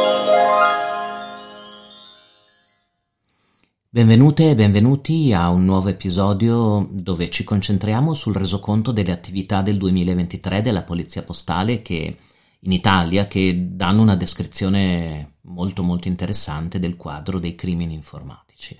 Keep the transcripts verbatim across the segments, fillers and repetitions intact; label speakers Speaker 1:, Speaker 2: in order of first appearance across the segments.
Speaker 1: Benvenute e benvenuti a un nuovo episodio dove ci concentriamo sul resoconto delle attività del duemilaventitré della Polizia Postale che in Italia, che danno una descrizione molto molto interessante del quadro dei crimini informatici.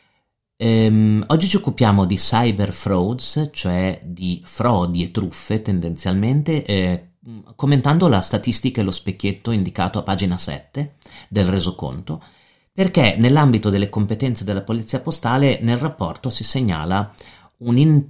Speaker 1: Ehm, oggi ci occupiamo di cyber frauds, cioè di frodi e truffe tendenzialmente, eh, commentando la statistica e lo specchietto indicato a pagina sette del resoconto, perché nell'ambito delle competenze della Polizia Postale nel rapporto si segnala un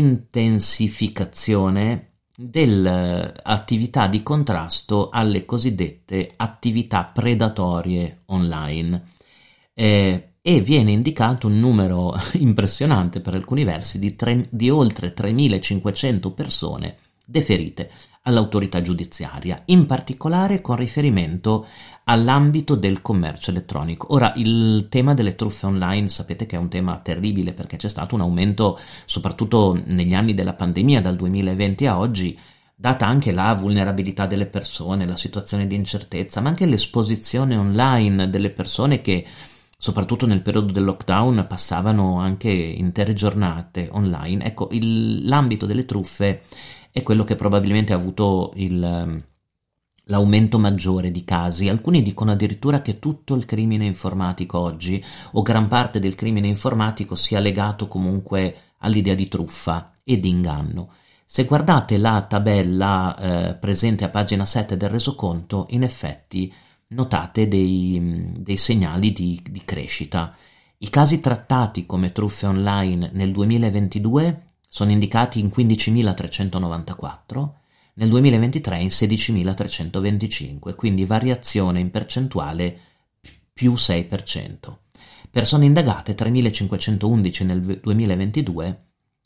Speaker 1: un'intensificazione dell'attività di contrasto alle cosiddette attività predatorie online eh, e viene indicato un numero impressionante per alcuni versi di, tre, di oltre tremilacinquecento persone deferite all'autorità giudiziaria, in particolare con riferimento all'ambito del commercio elettronico. Ora, il tema delle truffe online sapete che è un tema terribile perché c'è stato un aumento, soprattutto negli anni della pandemia, dal duemilaventi a oggi, data anche la vulnerabilità delle persone, la situazione di incertezza, ma anche l'esposizione online delle persone che, soprattutto nel periodo del lockdown, passavano anche intere giornate online. Ecco, il, l'ambito delle truffe è quello che probabilmente ha avuto il, l'aumento maggiore di casi. Alcuni dicono addirittura che tutto il crimine informatico oggi, o gran parte del crimine informatico, sia legato comunque all'idea di truffa e di inganno. Se guardate la tabella eh, presente a pagina sette del resoconto, in effetti notate dei, dei segnali di, di crescita. I casi trattati come truffe online nel duemilaventidue sono indicati in quindicimilatrecentonovantaquattro, nel duemilaventitré in sedicimilatrecentoventicinque, quindi variazione in percentuale più sei per cento. Persone indagate tremilacinquecentoundici nel duemilaventidue,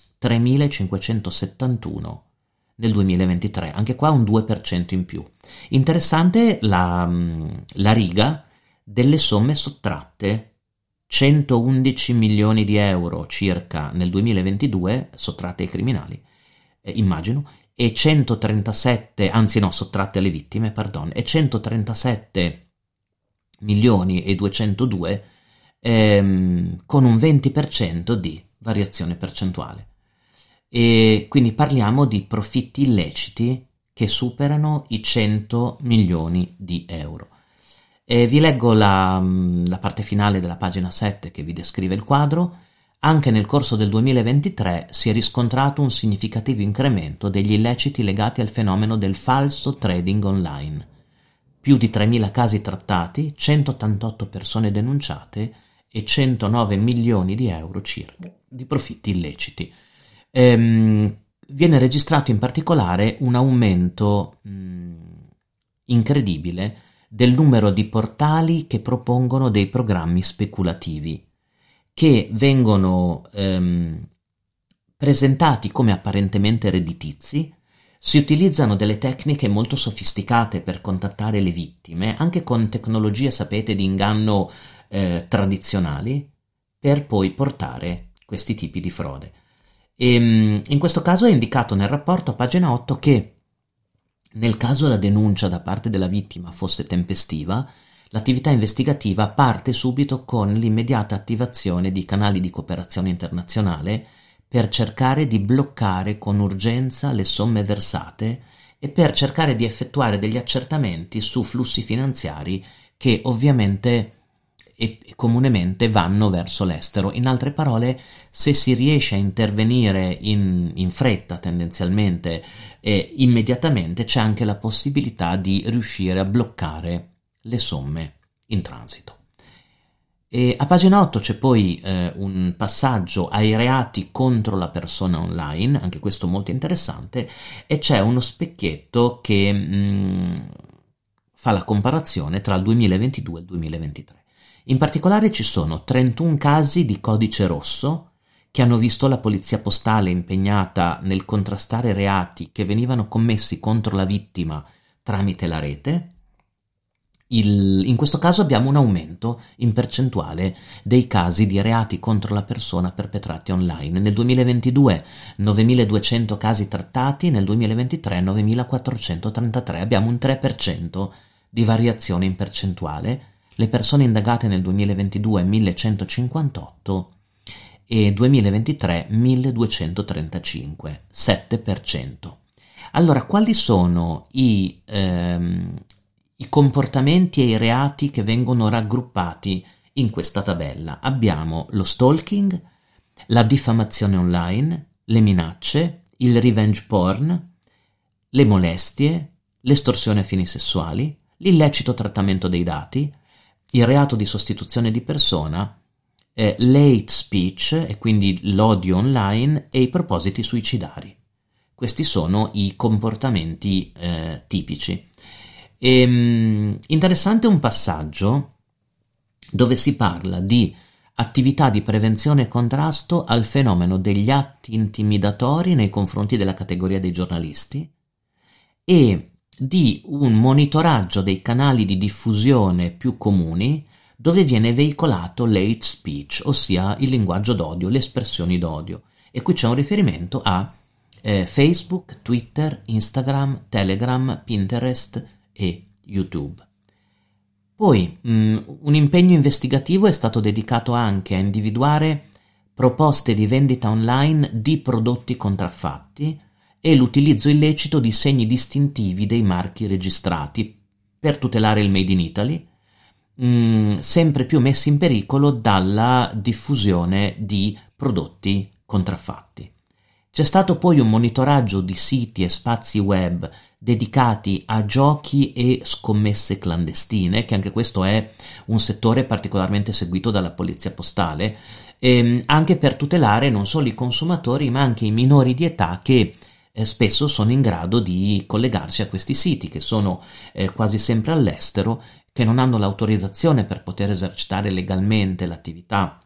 Speaker 1: tremilacinquecentosettantuno nel duemilaventitré, anche qua un due per cento in più. Interessante la, la riga delle somme sottratte: centoundici milioni di euro circa nel duemilaventidue sottratte ai criminali, eh, immagino, e centotrentasette, anzi no, sottratte alle vittime, pardon, e centotrentasette milioni e duecentodue ehm, con un venti per cento di variazione percentuale. E quindi parliamo di profitti illeciti che superano i cento milioni di euro. E vi leggo la, la parte finale della pagina sette che vi descrive il quadro. Anche nel corso del duemilaventitré si è riscontrato un significativo incremento degli illeciti legati al fenomeno del falso trading online. Più di tremila casi trattati, centottantotto persone denunciate e centonove milioni di euro circa di profitti illeciti. Ehm, viene registrato in particolare un aumento mh, incredibile del numero di portali che propongono dei programmi speculativi, che vengono ehm, presentati come apparentemente redditizi. Si utilizzano delle tecniche molto sofisticate per contattare le vittime, anche con tecnologie, sapete, di inganno eh, tradizionali, per poi portare questi tipi di frode. E, in questo caso è indicato nel rapporto a pagina otto che nel caso la denuncia da parte della vittima fosse tempestiva, l'attività investigativa parte subito con l'immediata attivazione di canali di cooperazione internazionale per cercare di bloccare con urgenza le somme versate e per cercare di effettuare degli accertamenti su flussi finanziari che ovviamente e comunemente vanno verso l'estero. In altre parole, se si riesce a intervenire in, in fretta tendenzialmente e immediatamente, c'è anche la possibilità di riuscire a bloccare le somme in transito. E a pagina otto c'è poi eh, un passaggio ai reati contro la persona online, anche questo molto interessante, e c'è uno specchietto che mh, fa la comparazione tra il duemilaventidue e il duemilaventitré. In particolare ci sono trentuno casi di codice rosso che hanno visto la polizia postale impegnata nel contrastare reati che venivano commessi contro la vittima tramite la rete. Il, in questo caso abbiamo un aumento in percentuale dei casi di reati contro la persona perpetrati online. Nel duemilaventidue novemiladuecento casi trattati, nel duemilaventitré novemilaquattrocentotrentatré, abbiamo un tre per cento di variazione in percentuale. Le persone indagate nel duemilaventidue millecentocinquantotto e duemilaventitré milleduecentotrentacinque, sette per cento. Allora, quali sono i, ehm, i comportamenti e i reati che vengono raggruppati in questa tabella? Abbiamo lo stalking, la diffamazione online, le minacce, il revenge porn, le molestie, l'estorsione a fini sessuali, l'illecito trattamento dei dati, il reato di sostituzione di persona, eh, l'hate speech, e quindi l'odio online, e i propositi suicidari. Questi sono i comportamenti eh, tipici. E, mh, interessante un passaggio dove si parla di attività di prevenzione e contrasto al fenomeno degli atti intimidatori nei confronti della categoria dei giornalisti e di un monitoraggio dei canali di diffusione più comuni dove viene veicolato l'hate speech, ossia il linguaggio d'odio, le espressioni d'odio. E qui c'è un riferimento a eh, Facebook, Twitter, Instagram, Telegram, Pinterest e YouTube. Poi mh, un impegno investigativo è stato dedicato anche a individuare proposte di vendita online di prodotti contraffatti e l'utilizzo illecito di segni distintivi dei marchi registrati per tutelare il Made in Italy, mh, sempre più messi in pericolo dalla diffusione di prodotti contraffatti. C'è stato poi un monitoraggio di siti e spazi web dedicati a giochi e scommesse clandestine, che anche questo è un settore particolarmente seguito dalla polizia postale, ehm, anche per tutelare non solo i consumatori ma anche i minori di età che Eh, spesso sono in grado di collegarsi a questi siti, che sono eh, quasi sempre all'estero, che non hanno l'autorizzazione per poter esercitare legalmente l'attività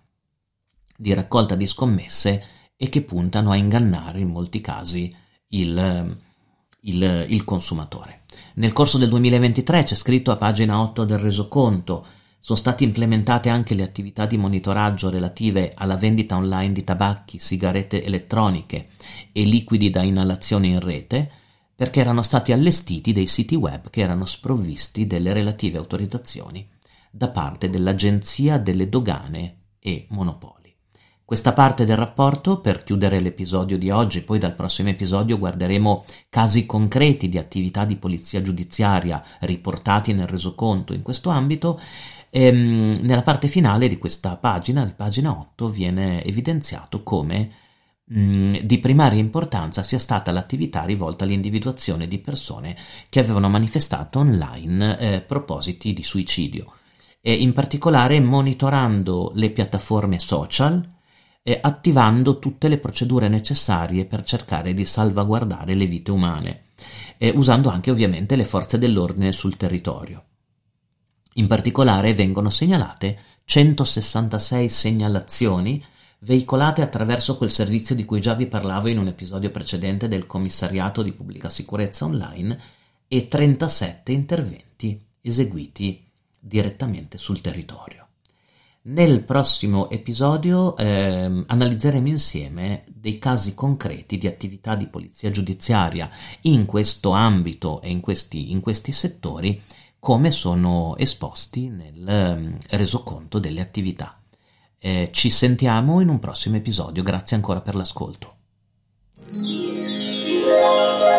Speaker 1: di raccolta di scommesse e che puntano a ingannare in molti casi il, il, il consumatore. Nel corso del duemilaventitré, c'è scritto a pagina otto del resoconto, sono state implementate anche le attività di monitoraggio relative alla vendita online di tabacchi, sigarette elettroniche e liquidi da inalazione in rete, perché erano stati allestiti dei siti web che erano sprovvisti delle relative autorizzazioni da parte dell'Agenzia delle Dogane e Monopoli. Questa parte del rapporto, per chiudere l'episodio di oggi, poi dal prossimo episodio guarderemo casi concreti di attività di polizia giudiziaria riportati nel resoconto in questo ambito. Ehm, nella parte finale di questa pagina, di pagina otto, viene evidenziato come mh, di primaria importanza sia stata l'attività rivolta all'individuazione di persone che avevano manifestato online eh, propositi di suicidio, e in particolare monitorando le piattaforme social e attivando tutte le procedure necessarie per cercare di salvaguardare le vite umane, eh, usando anche ovviamente le forze dell'ordine sul territorio. In particolare vengono segnalate centosessantasei segnalazioni veicolate attraverso quel servizio di cui già vi parlavo in un episodio precedente del Commissariato di Pubblica Sicurezza Online e trentasette interventi eseguiti direttamente sul territorio. Nel prossimo episodio eh, analizzeremo insieme dei casi concreti di attività di polizia giudiziaria in questo ambito e in questi, in questi settori, come sono esposti nel um, resoconto delle attività. Eh, ci sentiamo in un prossimo episodio, grazie ancora per l'ascolto.